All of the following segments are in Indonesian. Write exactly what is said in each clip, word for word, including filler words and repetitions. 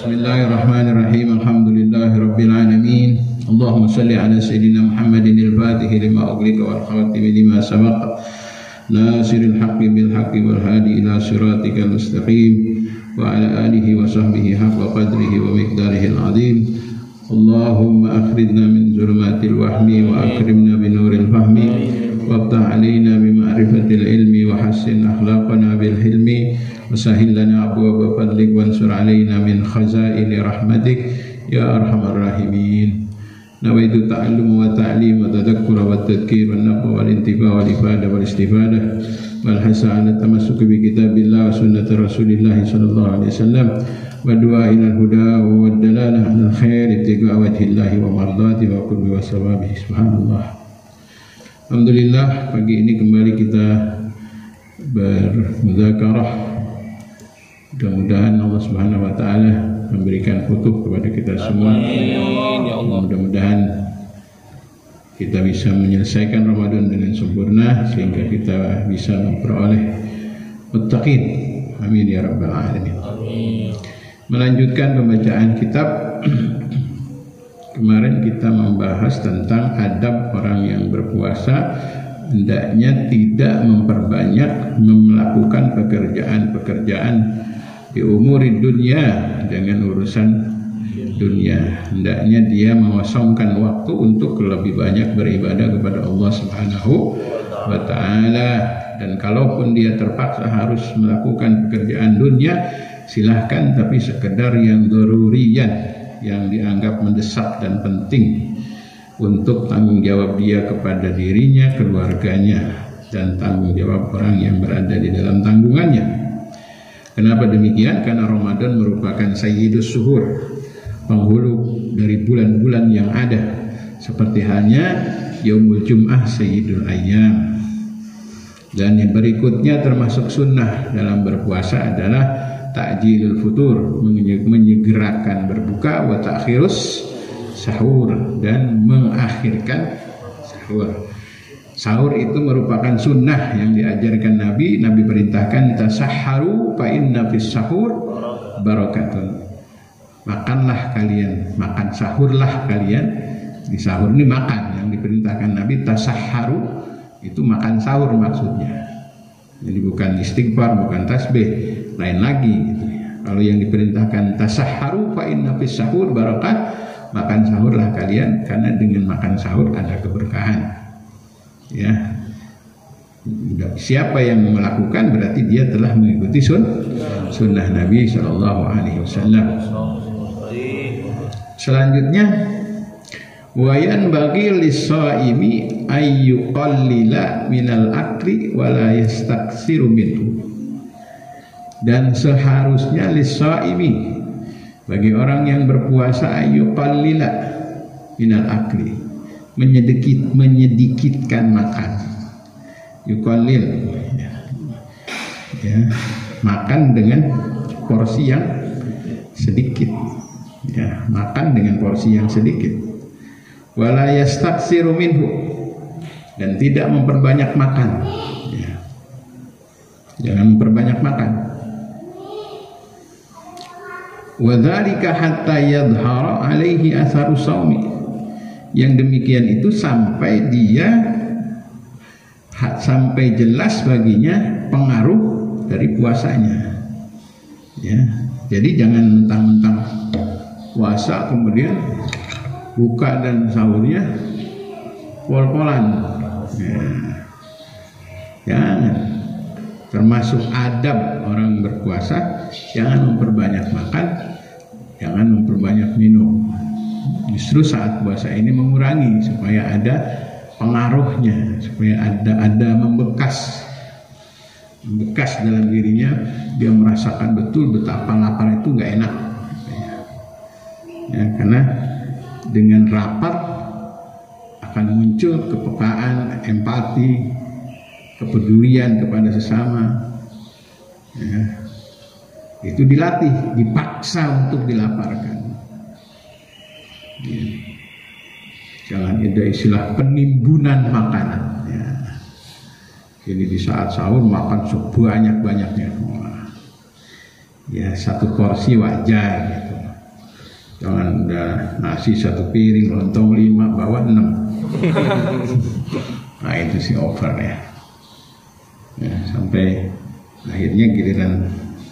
Bismillahirrahmanirrahim. Alhamdulillahirabbil alamin. Allahumma shalli ala sayyidina Muhammadin al-fatih lima ughliqa wal khatim lima sabaqa. Nasiril haqqi bil haqqi wal hadi ila siratikal mustaqim wa ala alihi wa sahbihi haqqa qadrihi wa miqdarihi al-azim. Allahumma akhrijna min zulumatil wahmi wa akrimna bi nuril fahmi waftah alaina bi ma'rifatil ilmi wa hassin akhlaqana bil hilmi wa sahhil lana abwaaba fadlik wansur alaina min khazaini rahmatik ya arhamar rahimin. Nawaitu ta'allum wa ta'lim wa tadhakkur wa tadhkir wa nafa wal intifa wal ifadah wal istifadah wal hasa ala tamassuk bi kitabillah wa sunnati rasulillah sallallahu alaihi wasallam wa du'a ila huda wa dalalah ala khair ibtiga wajhillah wa mardati wa qurbi wa sawabi. Subhanallah. Alhamdulillah, pagi ini kembali kita bermudzakarah. Mudah-mudahan Allah Subhanahu wa taala memberikan futuh kepada kita semua. Mudah-mudahan kita bisa menyelesaikan Ramadan dengan sempurna sehingga kita bisa memperoleh muttaqin. Amin ya rabbal alamin. Melanjutkan pembacaan kitab. Kemarin kita membahas tentang adab orang yang berpuasa, hendaknya tidak memperbanyak melakukan pekerjaan-pekerjaan di umuri dunia dengan urusan dunia. Hendaknya dia mengosongkan waktu untuk lebih banyak beribadah kepada Allah Subhanahu wa taala. Dan kalaupun dia terpaksa harus melakukan pekerjaan dunia, silahkan, tapi sekedar yang daruriyan, yang dianggap mendesak dan penting untuk tanggung jawab dia kepada dirinya, keluarganya, dan tanggung jawab orang yang berada di dalam tanggungannya. Kenapa demikian? Karena Ramadan merupakan sayyidus suhur, penghulu dari bulan-bulan yang ada, seperti halnya Yaumul Jum'ah sayyidul ayyam. Dan yang berikutnya termasuk sunnah dalam berpuasa adalah ta'jilul futur, menyegerakan berbuka, wa ta'khirus sahur, dan mengakhirkan sahur. Sahur itu merupakan sunnah yang diajarkan Nabi. Nabi perintahkan tasahharu fa inna fis sahur barakatun. Makanlah kalian, makan sahurlah kalian. Di sahur ini makan, yang diperintahkan Nabi tasahharu itu makan sahur maksudnya. Jadi bukan istighfar, bukan tasbih, lain lagi gitu ya. Kalau yang diperintahkan tasahharu fa inna fis sahur barakat, makan sahurlah kalian karena dengan makan sahur ada keberkahan. Ya. Siapa yang melakukan berarti dia telah mengikuti sun, sunnah Nabi sallallahu alaihi wasallam. Selanjutnya, wayan bagi lis-shaimi ayyuqallila minal akli wa la yastaksiru minhu. Dan seharusnya lis-shaimi, bagi orang yang berpuasa, ayyuqallila minal akli, menyedikit menyedikitkan makan. Yuqallil, ya, ya, makan dengan porsi yang sedikit, ya, makan dengan porsi yang sedikit. Wala yastaksiru minhu, dan tidak memperbanyak makan, ya. Jangan memperbanyak makan. Wa dzalika hatta yadhhara alaihi atharu shaumi. Yang demikian itu sampai dia sampai jelas baginya pengaruh dari puasanya. Ya. Jadi jangan mentang-mentang puasa kemudian buka dan sahurnya pol-polan. Ya. Jangan. Termasuk adab orang berpuasa, jangan memperbanyak makan, jangan memperbanyak minum. Justru saat puasa ini mengurangi supaya ada pengaruhnya, supaya ada ada membekas, membekas dalam dirinya. Dia merasakan betul betapa lapar itu nggak enak. Ya, karena dengan lapar akan muncul kepekaan, empati, kepedulian kepada sesama. Ya, itu dilatih, dipaksa untuk dilaparkan. Ya. Jangan ada istilah penimbunan makanan. Ya. Jadi di saat sahur makan sebanyak-banyaknya. Ya, satu porsi wajar gitu. Jangan udah nasi satu piring, lontong lima, bawa enam. Nah itu sih over ya. Ya sampai akhirnya giliran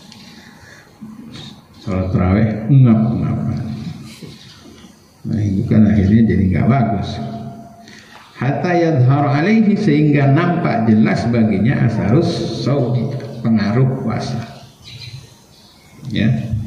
sholat tarawih ngap-ngap. Nah itu kan akhirnya jadi nggak bagus. Hatta yadhhar alaihi, sehingga nampak jelas baginya asarus saumi, pengaruh puasa. Ya.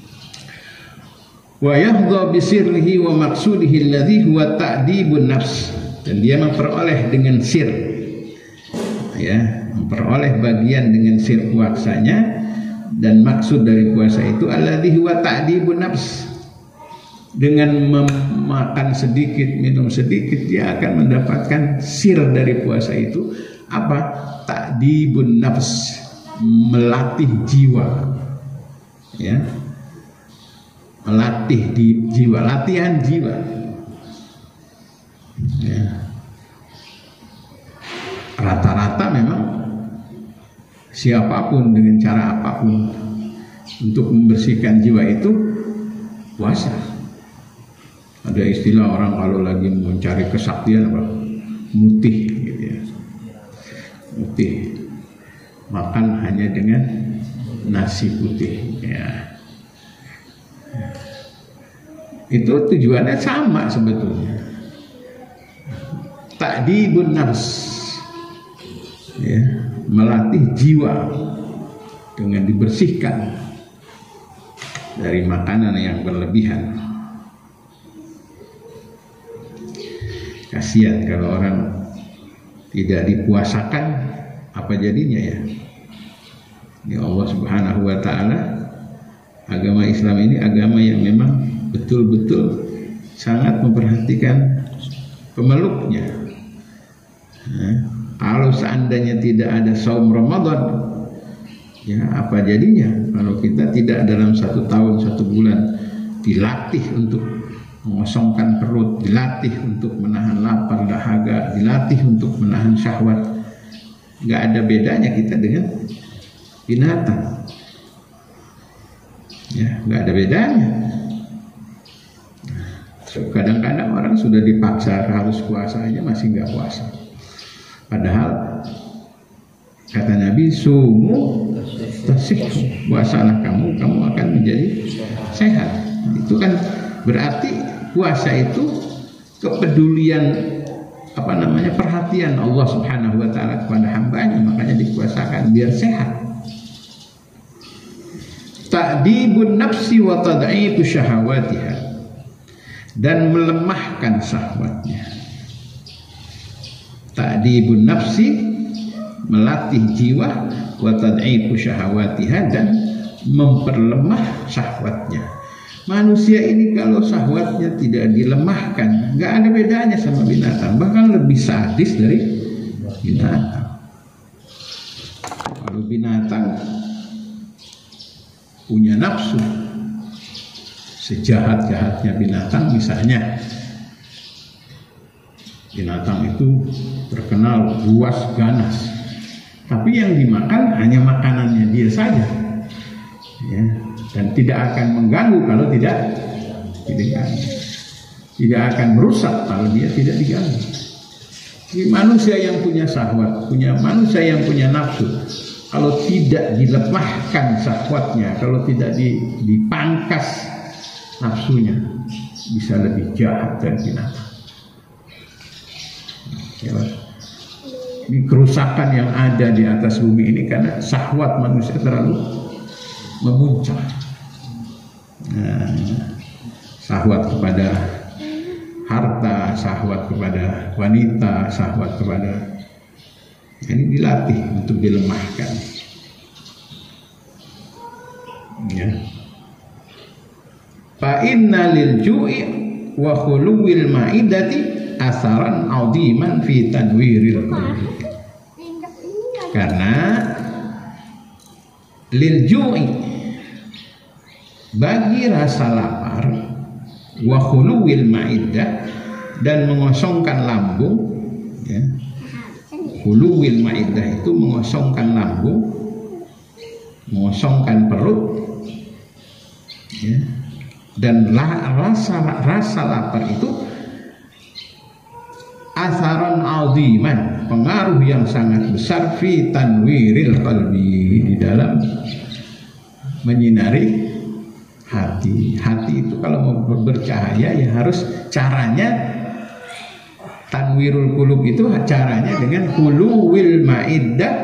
Wa yahdha bi sirrihi wa maqsudihi alladhi huwa ta'dibun nafs, dan dia memperoleh dengan sir, ya, memperoleh bagian dengan sir puasanya, dan maksud dari puasa itu alladhi huwa ta'dibun nafs, dengan memakan sedikit, minum sedikit, dia akan mendapatkan sir dari puasa itu apa? Ta'dibun nafs, melatih jiwa, ya, melatih di jiwa, latihan jiwa. Ya. Rata-rata memang siapapun dengan cara apapun untuk membersihkan jiwa itu puasa. Ada istilah orang kalau lagi mencari kesaktian apa? Mutih gitu ya. Mutih. Makan hanya dengan nasi putih ya. Itu tujuannya sama sebetulnya. Ta'dibun nafs, ya, melatih jiwa dengan dibersihkan dari makanan yang berlebihan. Kasihan kalau orang tidak dipuasakan, apa jadinya ya? Ya Allah Subhanahu wa ta'ala, agama Islam ini agama yang memang betul-betul sangat memperhatikan pemeluknya. Nah, kalau seandainya tidak ada saum Ramadan, ya apa jadinya kalau kita tidak dalam satu tahun, satu bulan dilatih untuk mengosongkan perut, dilatih untuk menahan lapar dahaga, dilatih untuk menahan syahwat. Nggak ada bedanya kita dengan binatang, ya nggak ada bedanya. Kadang-kadang orang sudah dipaksa harus puasa aja masih nggak puasa. Padahal kata Nabi, sumu tasihhu, puasalah kamu, kamu akan menjadi sehat. Itu kan berarti puasa itu kepedulian, apa namanya, perhatian Allah Subhanahu wa ta'ala kepada hambanya, makanya dipuasakan biar sehat. Ta'dibun nafsi wa tad'ifu syahawatiha, dan melemahkan syahwatnya. Ta'dibun nafsi, melatih jiwa, wa tad'ifu syahawatiha, dan memperlemah syahwatnya. Manusia ini kalau syahwatnya tidak dilemahkan, nggak ada bedanya sama binatang, bahkan lebih sadis dari binatang. Kalau binatang punya nafsu, sejahat-jahatnya binatang, misalnya binatang itu terkenal buas ganas, tapi yang dimakan hanya makanannya dia saja, ya, dan tidak akan mengganggu kalau tidak diganggu, tidak akan merusak kalau dia tidak diganggu. Jadi manusia yang punya syahwat, punya manusia yang punya nafsu, kalau tidak dilemahkan syahwatnya, kalau tidak dipangkas nafsunya, bisa lebih jahat dari binatang. Ya, ini kerusakan yang ada di atas bumi ini karena syahwat manusia terlalu memuncak. Nah, syahwat kepada harta, syahwat kepada wanita, syahwat kepada, ini dilatih untuk dilemahkan. Ya. Fa inna lil ju'i wa khuluwil ma'idati asaran 'aziman fi tanwiril qalbi. Karena lil ju'i, bagi rasa lapar, wa khuluwil ma'idah, dan mengosongkan lambung, ya. Khuluwil ma'idah itu mengosongkan lambung, mengosongkan perut, ya. Dan rasa rasa lapar itu atharon aziman, pengaruh yang sangat besar fi tanwiril qalbi, di dalam menyinari hati. Hati itu kalau mau bercahaya ya harus caranya, tanwirul qulub itu caranya dengan huluwil ma'iddah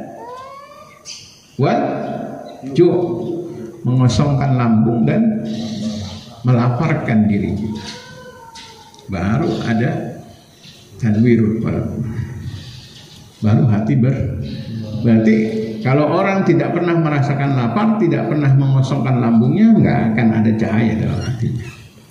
wal ju', mengosongkan lambung dan melaparkan diri. Baru ada tanwirul qalb, baru hati ber berarti kalau orang tidak pernah merasakan lapar, tidak pernah mengosongkan lambungnya, nggak akan ada cahaya dalam hatinya.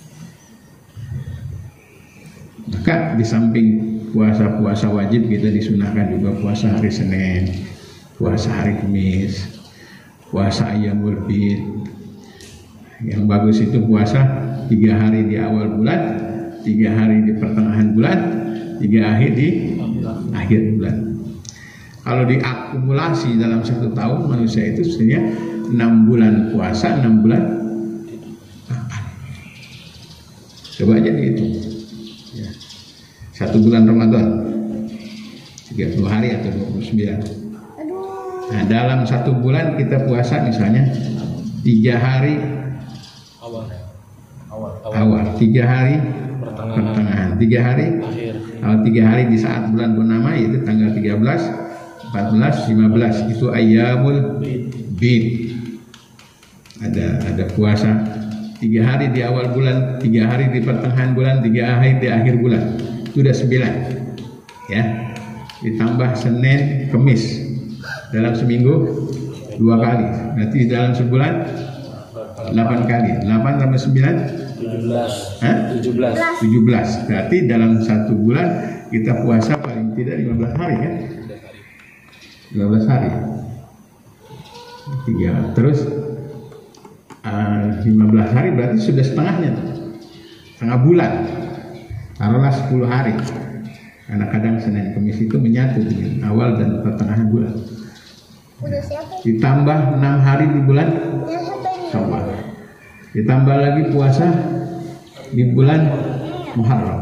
Maka di samping puasa-puasa wajib, kita disunahkan juga puasa hari Senin, puasa hari Kamis, puasa Ayyamul Bid. Yang bagus itu puasa tiga hari di awal bulan, tiga hari di pertengahan bulan, tiga hari di akhir bulan. Kalau diakumulasi dalam satu tahun, manusia itu sebenarnya enam bulan puasa, enam bulan makan. Coba aja dihitung. Ya. Satu bulan Ramadan tiga puluh hari atau dua puluh sembilan. Nah, dalam satu bulan kita puasa misalnya tiga hari awal, awal, awal. awal tiga hari pertengahan, pertengahan. tiga hari akhir. Kalau tiga hari di saat bulan purnama, yaitu tanggal tiga belas, empat belas, lima belas, itu Ayyamul Bid. Ada ada puasa tiga hari di awal bulan, tiga hari di pertengahan bulan, tiga hari di akhir bulan. Itu udah sembilan, ya. Ditambah Senin, Kamis, dalam seminggu dua kali. Berarti dalam sebulan delapan kali. Delapan tambah sembilan, tujuh belas. Hah? tujuh belas. tujuh belas. Berarti dalam satu bulan kita puasa paling tidak lima belas hari, kan? lima belas hari. Tiga. Terus uh, lima belas hari berarti sudah setengahnya, setengah bulan. Taruhlah sepuluh hari. Karena kadang Senin Kamis itu menyatu dengan awal dan pertengahan bulan. Ditambah enam hari di bulan Syawal. Ditambah lagi puasa di bulan Muharram.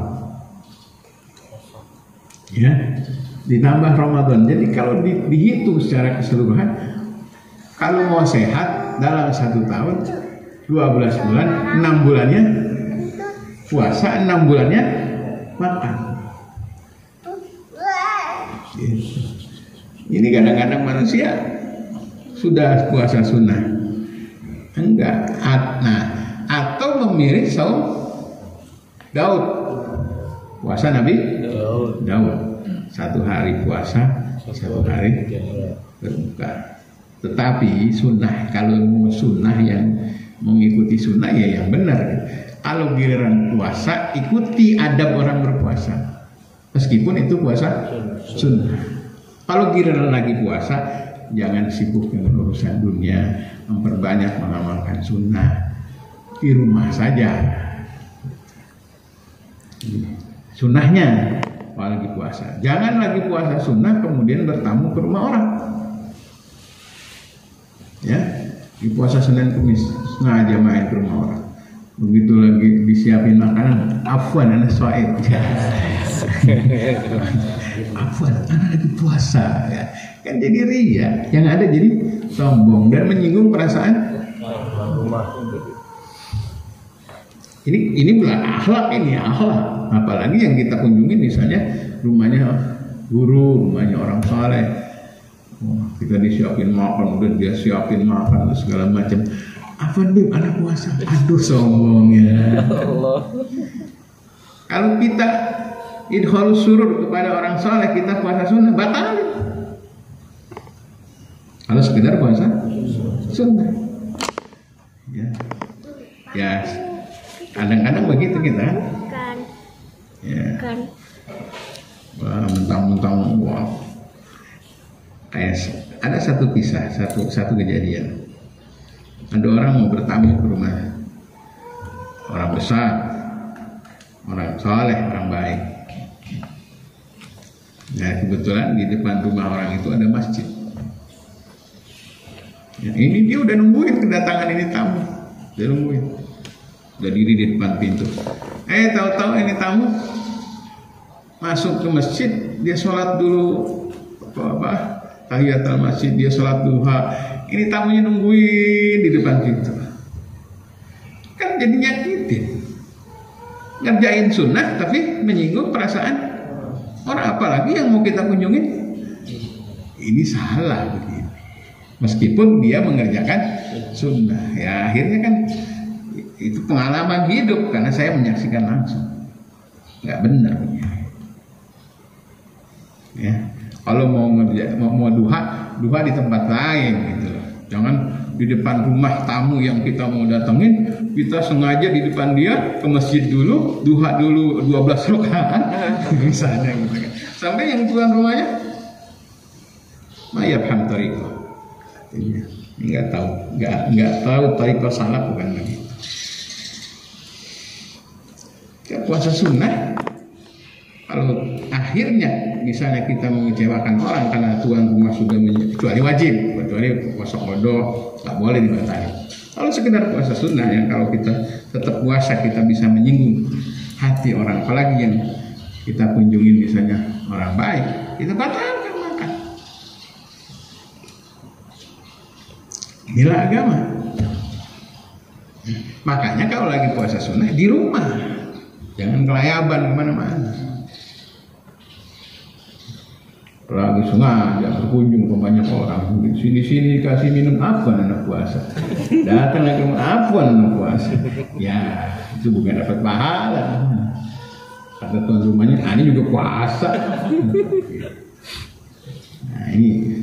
Ya. Ditambah Ramadan. Jadi kalau di, dihitung secara keseluruhan, kalau mau sehat dalam satu tahun dua belas bulan, enam bulannya puasa, enam bulannya makan. Ini kadang-kadang manusia sudah puasa sunnah, enggak, nah, atau memilih saum Daud, puasa Nabi Daud. Daud. Satu hari puasa, satu hari berbuka. Tetapi sunnah, kalau mau sunnah yang mengikuti sunnah ya yang benar. Kalau giliran puasa, ikuti adab orang berpuasa, meskipun itu puasa sunnah. Kalau giliran lagi puasa, jangan sibuk dengan urusan dunia, memperbanyak mengamalkan sunnah di rumah saja. Sunnahnya apalagi puasa. Jangan lagi puasa sunnah kemudian bertamu ke rumah orang. Ya, di puasa Senin Kamis sengaja main ke rumah orang. Begitu lagi disiapin makanan, afwan anak soaib. Afwan anak lagi puasa, ya. Kan jadi ria. Yang ada jadi sombong dan menyinggung perasaan rumah. Ini ini bukan akhlak, ini akhlak. Apalagi yang kita kunjungi misalnya rumahnya guru, rumahnya orang saleh. Oh, kita disiapin makan, udah dia siapin makan segala macam. Afwan bib, anak puasa. Aduh sombongnya. Allah. Kalau kita idkhal surur kepada orang saleh, kita puasa sunnah, batalin. Kalau sekedar puasa sunnah, ya, ya. Kadang-kadang begitu kita, kan? Ya. Kan. Wah, mentang-mentang wah. Kayak ada satu kisah, satu satu kejadian. Ada orang mau bertamu ke rumah orang besar, orang soleh, orang baik. Nah kebetulan di depan rumah orang itu ada masjid. Ya, ini dia udah nungguin kedatangan ini tamu, dia nungguin. udah diri di depan pintu. Eh tahu-tahu ini tamu masuk ke masjid, dia sholat dulu apa apa tahiyatul masjid, dia sholat duha. Ini tamunya nungguin di depan pintu, kan jadi nyakitin, ngerjain sunnah tapi menyinggung perasaan orang, apalagi yang mau kita kunjungin. Ini salah begini, meskipun dia mengerjakan sunnah. Ya akhirnya kan itu pengalaman hidup karena saya menyaksikan langsung, nggak benar ya. Kalau mau ngerja, mau, mau duha, duha di tempat lain gitu. Jangan di depan rumah tamu yang kita mau datengin, kita sengaja di depan dia ke masjid dulu, duha dulu dua belas rakaat misalnya gitu kan. Sampai yang tuan rumahnya mayabham tariqah. Enggak tahu, enggak enggak tahu tariqah salah bukan lagi. Ya, puasa sunnah kalau akhirnya misalnya kita mengecewakan orang karena tuan rumah sudah menye- kecuali wajib, kecuali puasa qada nggak boleh dibatalkan. Kalau sekedar puasa sunnah yang kalau kita tetap puasa kita bisa menyinggung hati orang, apalagi yang kita kunjungi misalnya orang baik, kita batalkan makan. Inilah agama. Makanya kalau lagi puasa sunnah di rumah, jangan kelayaban kemana-mana. Lagi sengaja berkunjung ke banyak orang, sini-sini kasih minum apa anak puasa, datang lagi apa anak puasa, ya itu bukan dapat pahala. Kata tuan rumahnya, ah, ini juga puasa. Nah ini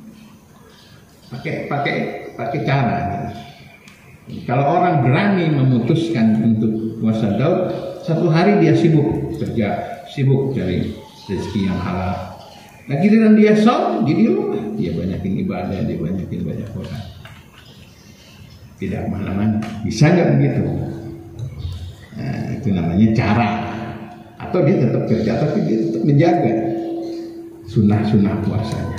pakai pakai pakai cara. Kalau orang berani memutuskan untuk puasa Daud, satu hari dia sibuk kerja, sibuk cari rezeki yang halal. Nah giliran dia saum, jadi rumah dia banyakin ibadah, dia banyakin banyak orang. Tidak mana-mana. Bisa nggak begitu? Nah, itu namanya cara. Atau dia tetap kerja, tapi dia tetap menjaga sunnah-sunnah puasanya.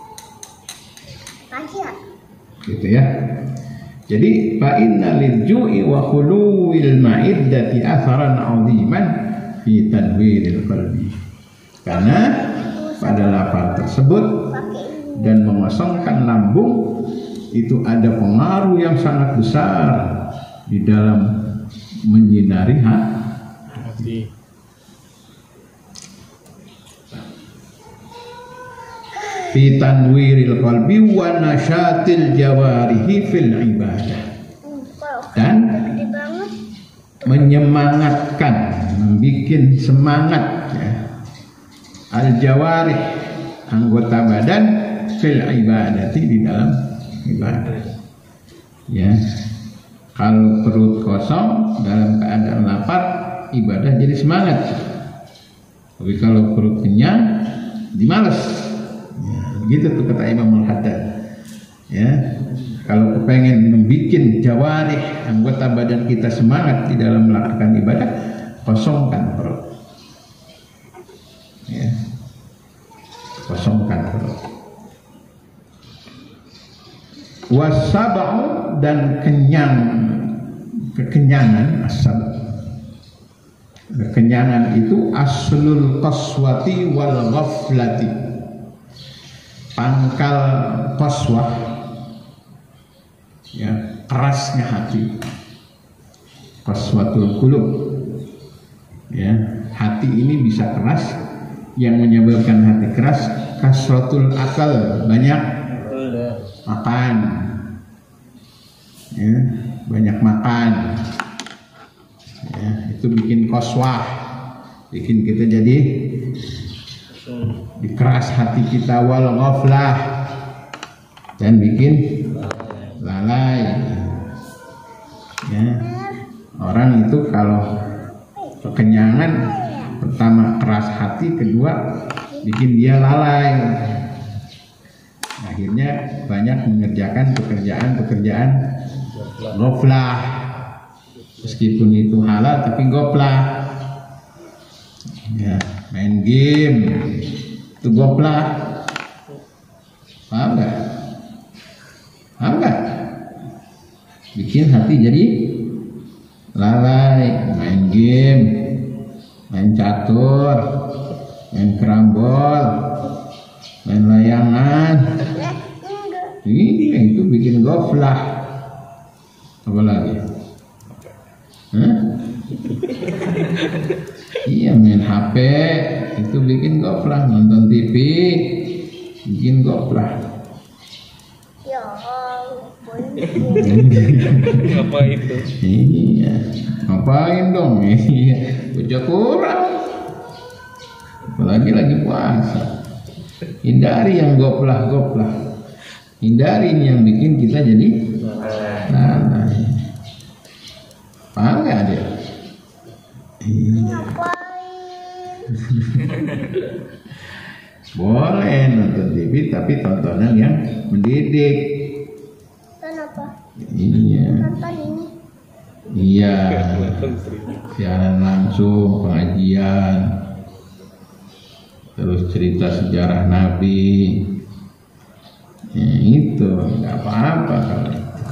Gitu ya. Jadi fa inna lil ju'i wa khuluwil ma'iddati atharan 'aziman fi tanwiril qalbi. Karena pada lapar tersebut dan mengosongkan lambung itu ada pengaruh yang sangat besar di dalam menyinari hati. Fi tanwiril qalbi wa nasyatil jawarihi fil ibadah, dan menyemangatkan, membikin semangat ya, al-jawarih, anggota badan, fil ibadati, di dalam ibadah. Ya, kalau perut kosong dalam keadaan lapar, ibadah jadi semangat. Tapi kalau perut kenyang, dimales. Ya, begitu tuh kata Imam Al-Haddad. Ya, kalau kepengen membikin jawarih, anggota badan kita semangat di dalam melakukan ibadah, kosongkan perut. Ya, kosongkan perut. Wasab'u, dan kenyang, kekenyangan. Asab, kekenyangan itu aslul qaswati wal ghaflati, pangkal qaswah, ya, kerasnya hati. Qaswatul qulub, ya, hati ini bisa keras. Yang menyebabkan hati keras, kasratul akal, banyak makan, ya, banyak makan, ya, itu bikin qaswah, bikin kita jadi dikeras hati kita, wal ghaflah, dan bikin lalai. Ya, orang itu kalau kekenyangan, pertama keras hati, kedua bikin dia lalai. Akhirnya banyak mengerjakan pekerjaan-pekerjaan ghaflah, meskipun itu halal tapi ghaflah. Ya, main game itu ghaflah. Paham nggak? Paham nggak? Bikin hati jadi lalai, main game, main catur, main kerambol, main layangan. Ini itu bikin goflah. Apa lagi? Hah? Iya, main H P itu bikin goflah, nonton T V bikin goflah. Ya, Ngapain tuh? Iya, ngapain dong? Iya, bocah kurang. Apalagi lagi puasa. Hindari yang goplah-goplah. Hindari ini yang bikin kita jadi lalai. Paham nggak dia? Iya. Boleh nonton T V tapi tontonan yang mendidik. Kenapa? Iya. Nonton ini. Iya. Siaran langsung, pengajian, terus cerita sejarah Nabi. Ya, itu nggak apa-apa kalau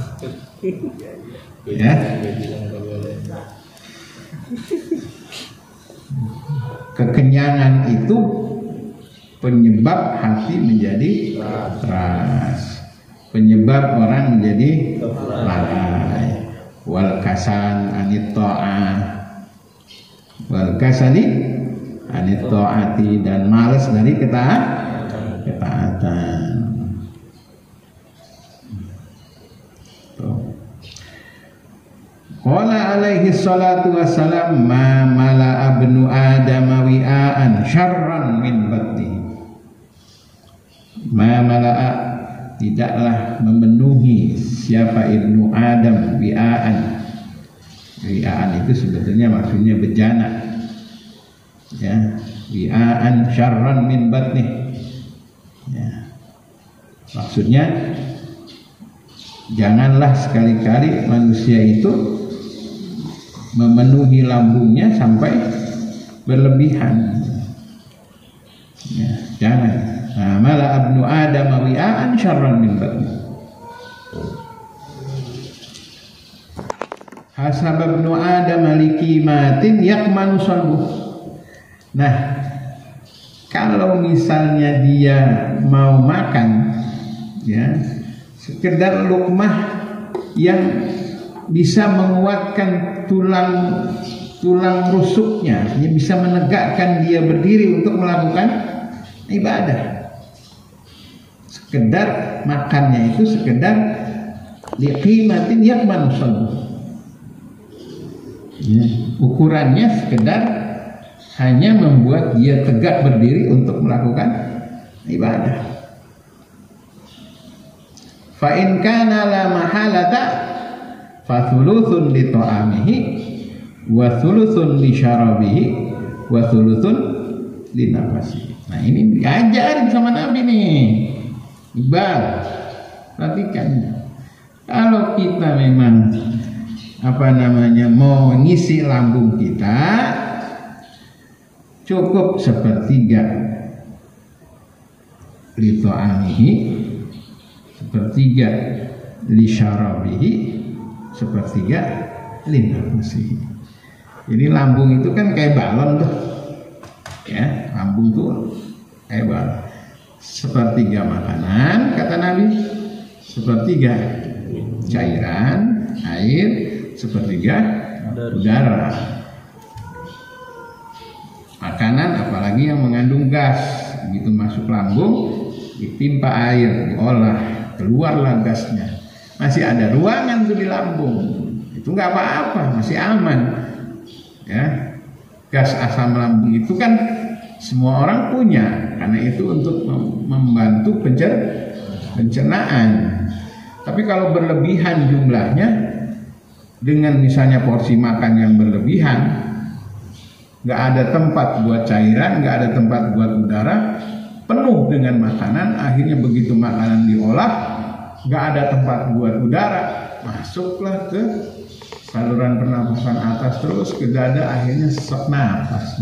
ya. Kekenyangan itu penyebab hati menjadi keras, penyebab orang menjadi lalai. Wal kasan anit ta'ah, wal kasali anit ta'ati, dan malas dari ketaatan. Ketaatan. Qala alaihi salatu wassalam, ma mala abnu adam wi'aan syarran min batni. Ma mala'a, tidaklah memenuhi siapa ibnu Adam wi'aan. Wi'aan itu sebetulnya maksudnya bejana. Ya, wi'aan syarran min batni. Ya. Maksudnya janganlah sekali-kali manusia itu memenuhi lambungnya sampai berlebihan. Ya, jangan. Nah, mala abnu adam wi'aan syarran min batni. Hasab abnu adam likimatin yakmanu salbuh. Nah, kalau misalnya dia mau makan, ya, sekedar lukmah yang bisa menguatkan tulang tulang rusuknya, yang bisa menegakkan dia berdiri untuk melakukan ibadah. Sekedar makannya itu sekedar liqimatin yakmanu salbuh. Ya, ukurannya sekedar hanya membuat dia tegak berdiri untuk melakukan ibadah. Fa in kana la mahalata fa thuluthun li ta'amihi wa thuluthun li syarabihi wa thuluthun li nafasihi. Nah, ini diajarin sama Nabi nih. Iqbal, perhatikan. Kalau kita memang apa namanya mau ngisi lambung kita, cukup sepertiga li ta'amihi, sepertiga li syarabihi, sepertiga li nafasihi. Jadi lambung itu kan kayak balon tuh. Ya, lambung tuh kayak balon. Sepertiga makanan kata Nabi, sepertiga cairan air, sepertiga udara. Makanan apalagi yang mengandung gas, begitu masuk lambung ditimpa air, diolah, keluarlah gasnya. Masih ada ruangan tuh di lambung, itu nggak apa-apa, masih aman. Ya, gas asam lambung itu kan semua orang punya, karena itu untuk membantu pencer pencernaan. Tapi kalau berlebihan jumlahnya, dengan misalnya porsi makan yang berlebihan, nggak ada tempat buat cairan, nggak ada tempat buat udara, penuh dengan makanan, akhirnya begitu makanan diolah, nggak ada tempat buat udara, masuklah ke saluran pernapasan atas terus ke dada, akhirnya sesak nafas.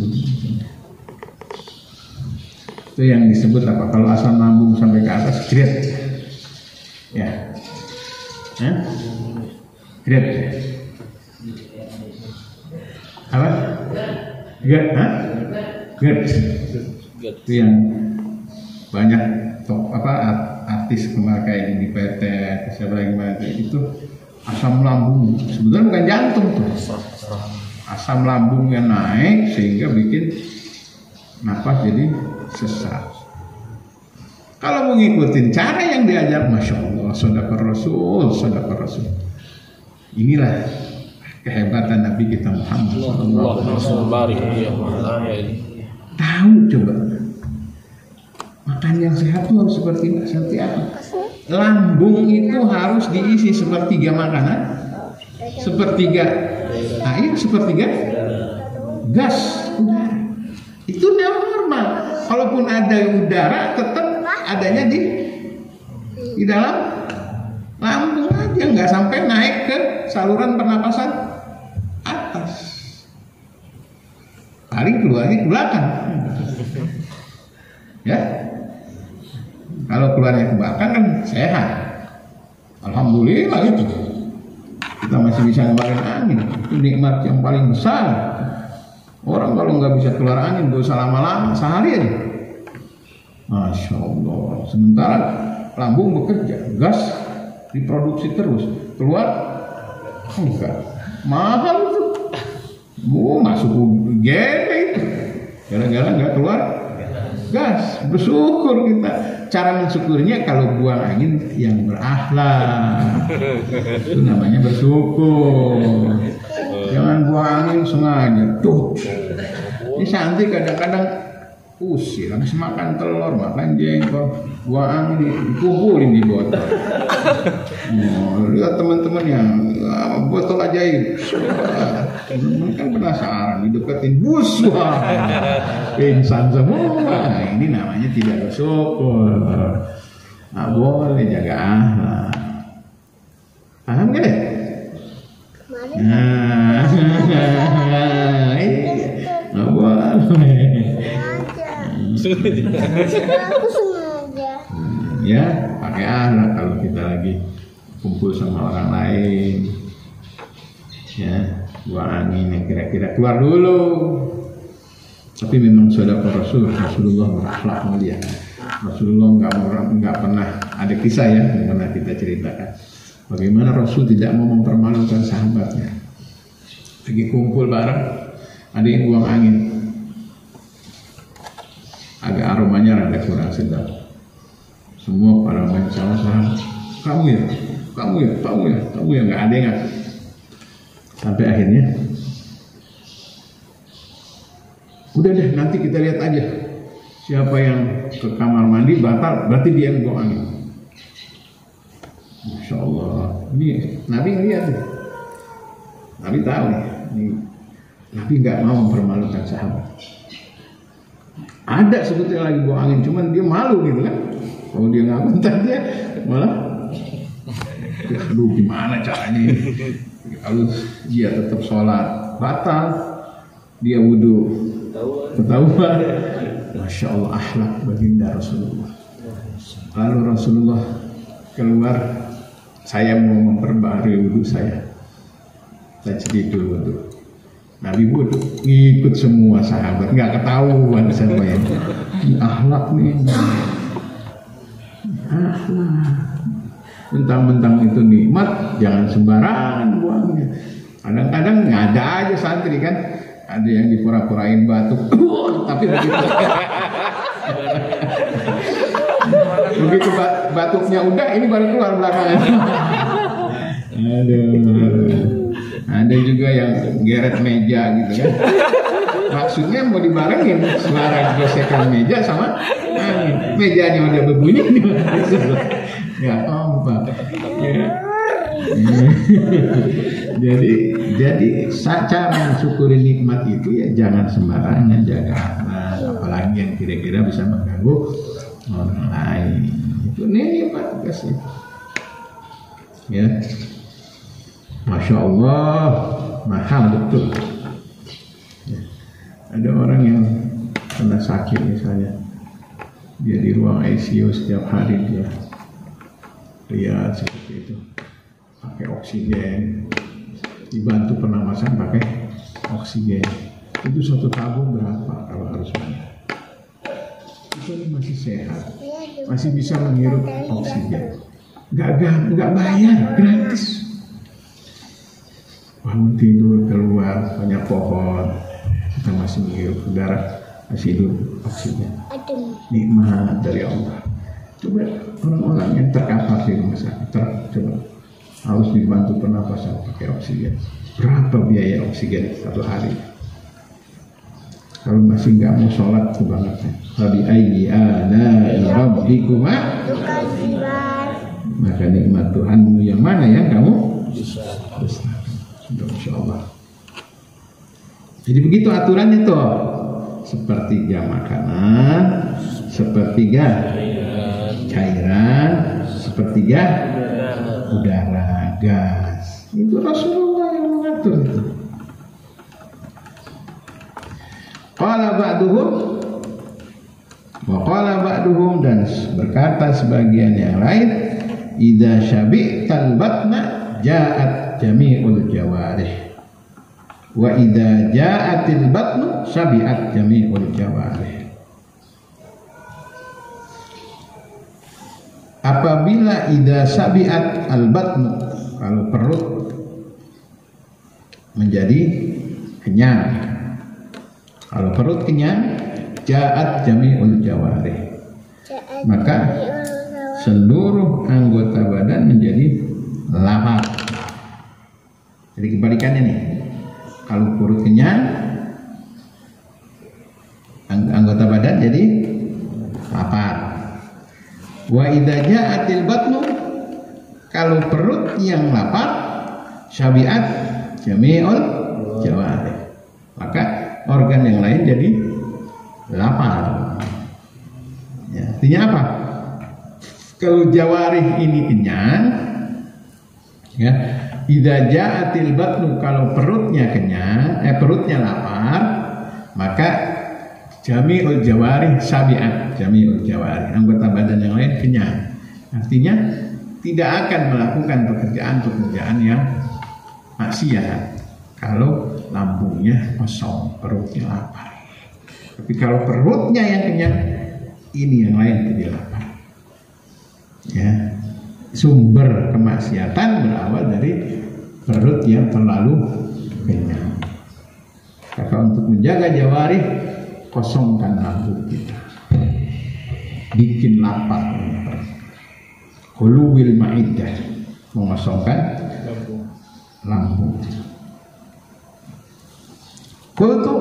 Itu yang disebut apa? Kalau asam lambung sampai ke atas, grade. Ya, eh? grade. GERD, ha? GERD. Itu yang banyak top, apa artis kemarin kayak ini P T, siapa lagi kemarin itu asam lambung. Sebenarnya bukan jantung tuh. Asam lambungnya naik sehingga bikin napas jadi sesak. Kalau mau ngikutin cara yang diajar, masya Allah, sodaqar Rasul, sodaqar Rasul. Inilah kehebatan Nabi kita Muhammad Sallallahu Alaihi Wasallam. Tahu coba, makan yang sehat itu harus seperti seperti apa? Lambung itu harus diisi sepertiga makanan, sepertiga air, sepertiga gas udara. Itu normal. Kalaupun ada udara, tetap adanya di di dalam lambung aja, nggak sampai naik ke saluran pernapasan atas. Paling keluarnya ke belakang. Ya, kalau keluarnya ke belakang kan sehat. Alhamdulillah itu. Kita masih bisa ngeluarin angin. Itu nikmat yang paling besar. Orang kalau nggak bisa keluar angin, gak usah lama-lama, sehari aja. Masya Allah. Sementara lambung bekerja, gas diproduksi terus, keluar enggak, mahal itu. Oh, masuk U G D itu, gara-gara nggak keluar gas. Bersyukur kita. Cara mensyukurnya kalau buang angin yang berakhlak, itu namanya bersyukur. Jangan buang angin sengaja. Tuh, ini santri kadang-kadang usir, habis makan telur, makan jengkol, buang angin dikumpulin di botol. Oh, lihat teman-teman yang botol ajaib, teman-teman kan penasaran, dideketin, bus, wah, pingsan semua. Nah, ini namanya tidak bersyukur. Nggak boleh, jaga akhlak. Paham nggak deh? Nah, iya, nggak boleh. Aku sengaja. Ya, pakai anak kalau kita lagi kumpul sama orang lain. Ya, buang angin yang kira-kira keluar dulu. Tapi memang saudara Rasul, Rasulullah berakhlak mulia. Rasulullah nggak nggak pernah ada kisah ya yang pernah kita ceritakan. Bagaimana Rasul tidak mau mempermalukan sahabatnya. Lagi kumpul bareng, ada yang buang angin. Agak aromanya rada kurang sedap. Semua para sahabat, kamu ya, kamu ya, kamu ya, kamu ya, nggak ada yang ngaku. Sampai akhirnya, udah deh, nanti kita lihat aja siapa yang ke kamar mandi batal, berarti dia yang buang angin. Masya Allah, ini Nabi ngeliat nih, Nabi tahu nih, ini Nabi nggak mau mempermalukan sahabat. Ada sebetulnya lagi buang angin, cuman dia malu gitu kan. Kalau dia nggak bentar dia malah, aduh gimana caranya ini? Kalau dia tetap sholat batal, dia wudhu ketahuan. Masya Allah, akhlak baginda Rasulullah. Lalu Rasulullah keluar, saya mau memperbaharui wudhu saya. Tajdid dulu wudhu. Nabi wudhu, ngikut semua sahabat, nggak ketahuan siapa yang akhlak nih. Akhlak. Mentang-mentang itu nikmat, jangan sembarangan buangnya. Kadang-kadang ada aja santri kan, ada yang dipura-purain batuk, tapi begitu begitu batuknya udah, ini baru keluar belakangan. Aduh. Ada juga yang geret meja gitu kan. Maksudnya mau dibarengin suara gesekan meja sama angin. Mejanya udah berbunyi. Ya apa? Ya. jadi jadi cara mensyukuri nikmat itu ya jangan sembarangan, jaga akhlak, apalagi yang kira-kira bisa mengganggu orang lain. Itu nikmat kasih. Ya. Masya Allah, mahal betul. Ya. Ada orang yang kena sakit misalnya, dia di ruang I C U setiap hari dia lihat seperti itu, pakai oksigen, dibantu pernapasan pakai oksigen. Itu satu tabung berapa kalau harus banyak? Kita ini masih sehat, masih bisa menghirup oksigen. Gak, gak, gak bayar, gratis. Bangun tidur keluar banyak pohon, kita masih menghirup udara, masih hidup oksigen. Nikmat dari Allah. Coba orang-orang yang terkapar di rumah sakit, ter, coba harus dibantu pernapasan pakai oksigen. Berapa biaya oksigen satu hari? Kalau masih nggak mau sholat tuh bangetnya. Rabi ayyi ala rabbikuma, maka nikmat Tuhanmu yang mana yang kamu besar. Sudah insya Allah. Jadi begitu aturannya tuh. Sepertiga makanan, sepertiga cairan, sepertiga udara, gas. Itu Rasulullah yang mengatur itu. Qala ba'duhum wa qala ba'duhum, dan berkata sebagian yang lain, idza syabi'tal batna ja'at jami'ul jawarih wa idza ja'atil batnu syabi'at jami'ul jawarih. Apabila idza syabi'at al batnu, kalau perut menjadi kenyang, kalau perut kenyang, ja'at jami'ul jawarih, maka seluruh anggota badan menjadi lapar. Jadi kebalikannya nih, kalau perut kenyang, anggota badan jadi lapar. Wa idza ja'atil batnu, kalau perut yang lapar, syabi'at jami'ul jawarih, maka organ yang lain jadi lapar. Ya, artinya apa? Kalau jawarih ini kenyang, ya, idza ja'atil batnu, kalau perutnya kenyang, eh perutnya lapar, maka jami'ul jawarih syabi'at, jami'ul jawarih, anggota badan yang lain kenyang. Artinya tidak akan melakukan pekerjaan-pekerjaan yang maksiat kalau lambungnya kosong, perutnya lapar. Tapi kalau perutnya yang kenyang, ini yang lain jadi lapar. Ya, sumber kemaksiatan berawal dari perut yang terlalu kenyang. Maka untuk menjaga jawarih, kosongkan lambung kita, bikin lapar. Huluwil ma'idah, mengosongkan lambung. Qultu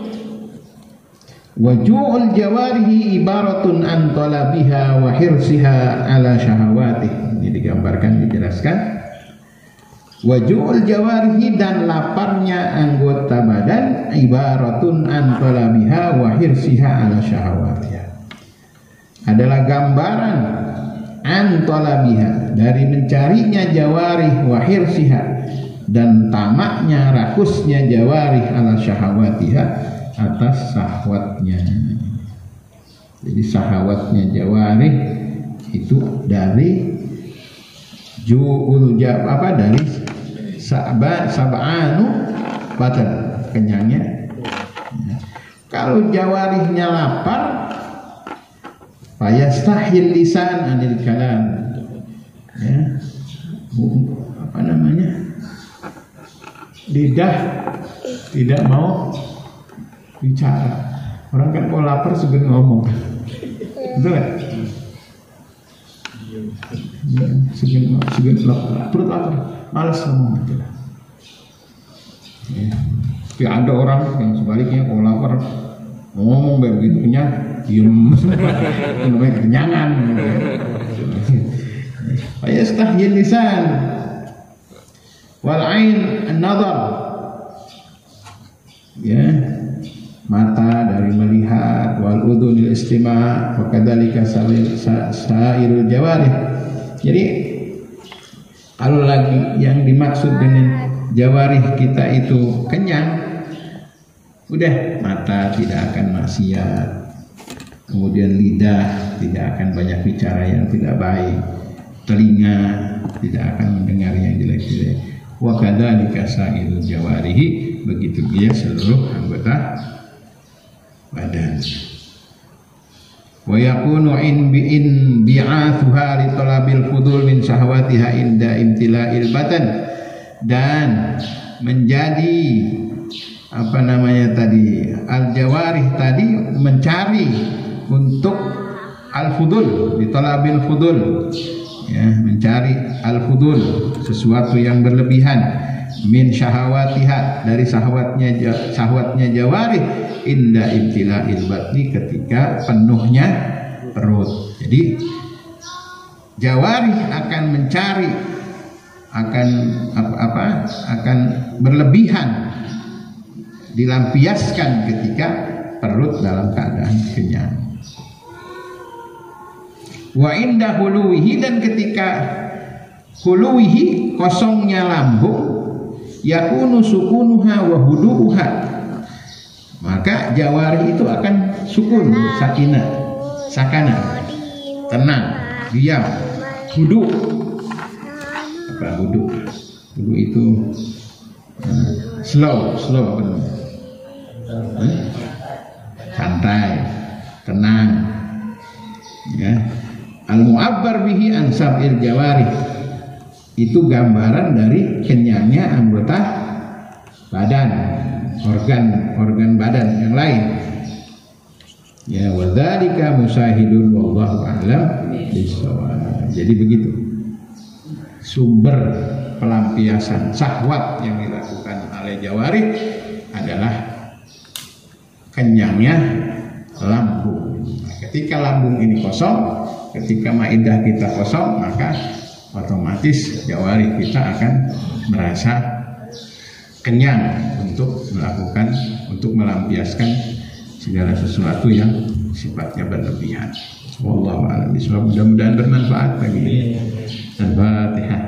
waju'ul jawarihi ibaratun an talabiha wa hirsiha ala syahawatih. Ini digambarkan, dijelaskan. Waju'ul jawarihi, dan laparnya anggota badan, ibaratun an talabiha wa hirsiha ala syahawatih, adalah gambaran an talabiha, dari mencarinya jawarih, wa hirsiha, dan tamaknya, rakusnya jawarih, ala syahawatiha, atas syahwatnya. Jadi syahwatnya jawarih itu dari ju'ul jab apa dari sab'a sab'anu badan, kenyangnya. Kalau jawarihnya lapar, fayastahil lisan anil kalam, ya, apa namanya, lidah tidak mau bicara. Orang kan kalau lapar sebenarnya ngomong, betul kan? Ya, segan segan lapar, perut lapar, malas ngomong gitu lah. Ya. Tapi ada orang yang sebaliknya kalau lapar ngomong begitu kenyang, diem, itu namanya kekenyangan. Fayastahil lisan wal ain an-nadhar, ya, mata dari melihat, wal udhunil istima', wa kadzalika sairul jawarih. Jadi kalau lagi yang dimaksud dengan jawarih kita itu kenyang, udah mata tidak akan maksiat, kemudian lidah tidak akan banyak bicara yang tidak baik, telinga tidak akan mendengar yang jelek-jelek, Wa kadzalika sa'irul jawarihi, begitu dia seluruh anggota badan. Wa yakunu in bi in bi'athuha li talabil fudul min syahwatiha inda imtila'il badan, dan menjadi apa namanya tadi al jawarih tadi mencari untuk al fudul, di talabil fudul, ya, mencari al-fudul, sesuatu yang berlebihan, min syahawatiha, dari syahwatnya syahwatnya jawarih, inda ibtila'il batni, ketika penuhnya perut. Jadi jawarih akan mencari, akan apa, apa akan berlebihan, dilampiaskan ketika perut dalam keadaan kenyang. Wa inda huluwihi, dan ketika huluwihi, kosongnya lambung, yakunu sukunuha wa hudu'uha, maka jawari itu akan sukun, sakinah, sakana, tenang, diam. Hudu, apa hudu? Hudu itu uh, slow, slow, benar. Eh? Santai, tenang, ya. Al-mu'abbar bihi an sab'il jawarih, itu gambaran dari kenyangnya anggota badan, organ-organ badan yang lain. Ya, wa dzalika musyahidun wallahu a'lam bissawab. Jadi begitu sumber pelampiasan syahwat yang dilakukan oleh jawarih adalah kenyangnya lambung. Ketika lambung ini kosong, ketika maidah kita kosong, maka otomatis jawarih kita akan merasa kenyang untuk melakukan, untuk melampiaskan segala sesuatu yang sifatnya berlebihan. Wallahu a'lam bishawab. Mudah-mudahan bermanfaat bagi ini. Al-Fatihah.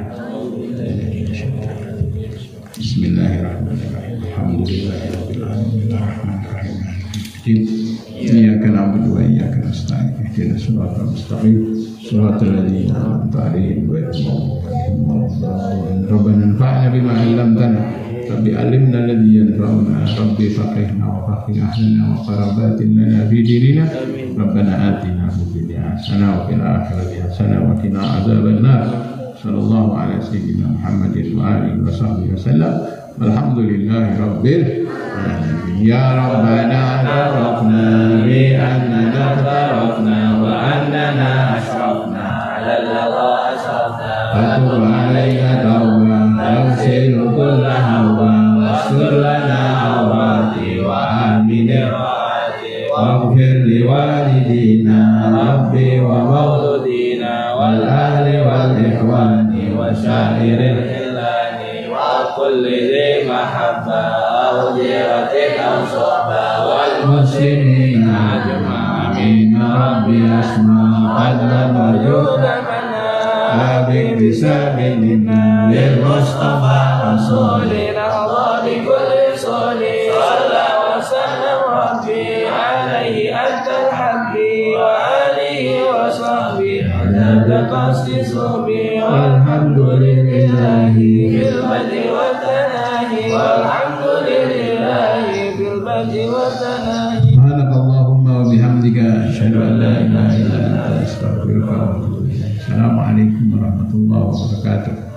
Bismillahirrahmanirrahim. Alhamdulillahirabbil alamin. Arrahmanirrahim. Iyyaka na'budu wa iyyaka nasta'in. Ihdinas siratal mustaqim. Shiratal ladzina an'amta 'alaihim ghairil maghdubi 'alaihim waladdallin. Rabbana anfa'na bima 'allamtana. Rabbi 'allimna alladhi yanfa'una. Rabbi faqihna wa faqih ahlana wa qarabatin lana fi dinina. Rabbana atina fid dunya hasanah wa fil akhirati hasanah wa qina adzaban nar. Sallallahu ala sayyidina Muhammadin wa alihi wa sahbihi wasallam. Walhamdulillahi rabbil alamin. Ya Rabbana tarafna bi annana tarafna wa annana ashrafna ala al-ladha asrafna fatub alayna tawbah tawsil kulla hawa wastur lana awrati wa amin irati waghfir li walidina rabbi wa mawludina wal ahli wal ikhwani wa syairil hilani wa kulli dhi mahabbah والمسلمين أجمعين ربي أسمع قدرا وجودا أبك بسبيلنا للمصطفى رسولنا الله بكل رسول صلى وسلم ربي عليه أنت الحبي وآله وصحبه عدد قصد صحبي والحمد لله في البدء والتناهي والحمد لله في البدء والتناهي. سبحانك اللهم وبحمدك أشهد أن لا إله إلا أنت أستغفرك وأتوب إليك. السلام عليكم ورحمة الله وبركاته.